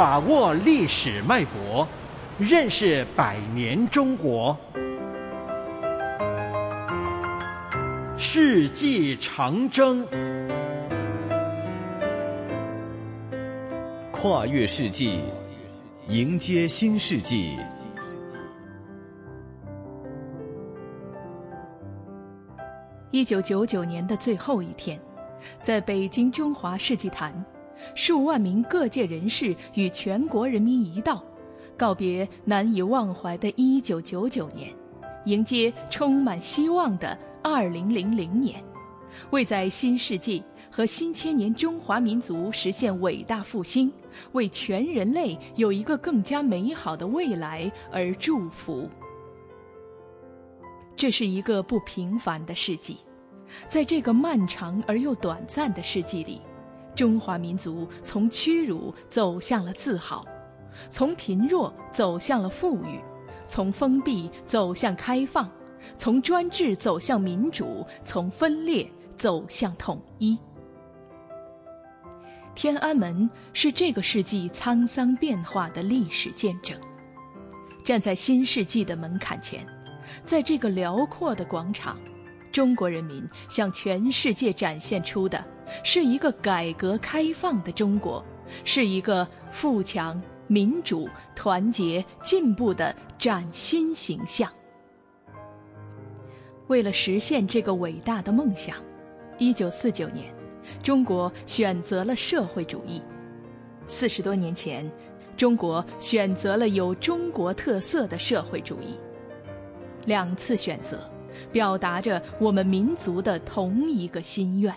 把握历史脉搏，认识百年中国。世纪长征， 跨越世纪，迎接新世纪。 1999年的最后一天，在北京中华世纪坛，数万名各界人士与全国人民一道，告别难以忘怀的1999年，迎接充满希望的2000年，为在新世纪和新千年中华民族实现伟大复兴，为全人类有一个更加美好的未来而祝福。这是一个不平凡的世纪，在这个漫长而又短暂的世纪里，中华民族从屈辱走向了自豪，从贫弱走向了富裕，从封闭走向开放，从专制走向民主，从分裂走向统一。天安门是这个世纪沧桑变化的历史见证。站在新世纪的门槛前，在这个辽阔的广场，中国人民向全世界展现出的是一个改革开放的中国，是一个富强、民主、团结、进步的崭新形象。为了实现这个伟大的梦想，1949年，中国选择了社会主义。40多年前，中国选择了有中国特色的社会主义。两次选择表达着我们民族的同一个心愿。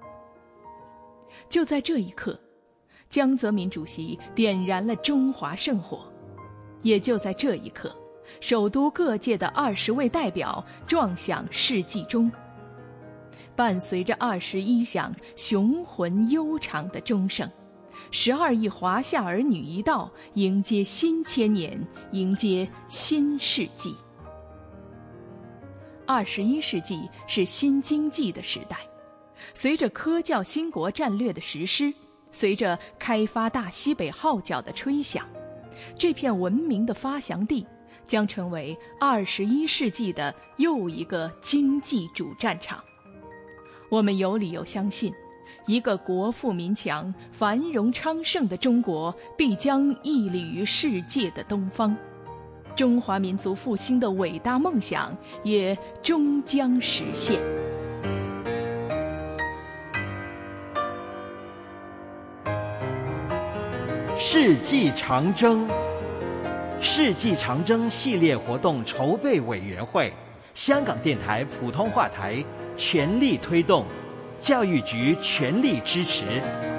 就在这一刻，江泽民主席点燃了中华圣火。也就在这一刻，首都各界的20位代表撞响世纪钟，伴随着21响雄浑悠长的钟声，12亿华夏儿女一道迎接新千年，迎接新世纪。21世纪是新经济的时代，随着科教兴国战略的实施，随着开发大西北号角的吹响，这片文明的发祥地将成为21世纪的又一个经济主战场。我们有理由相信，一个国富民强、繁荣昌盛的中国必将屹立于世界的东方，中华民族复兴的伟大梦想也终将实现。 世纪长征，世纪长征系列活动筹备委员会，香港电台普通话台全力推动，教育局全力支持。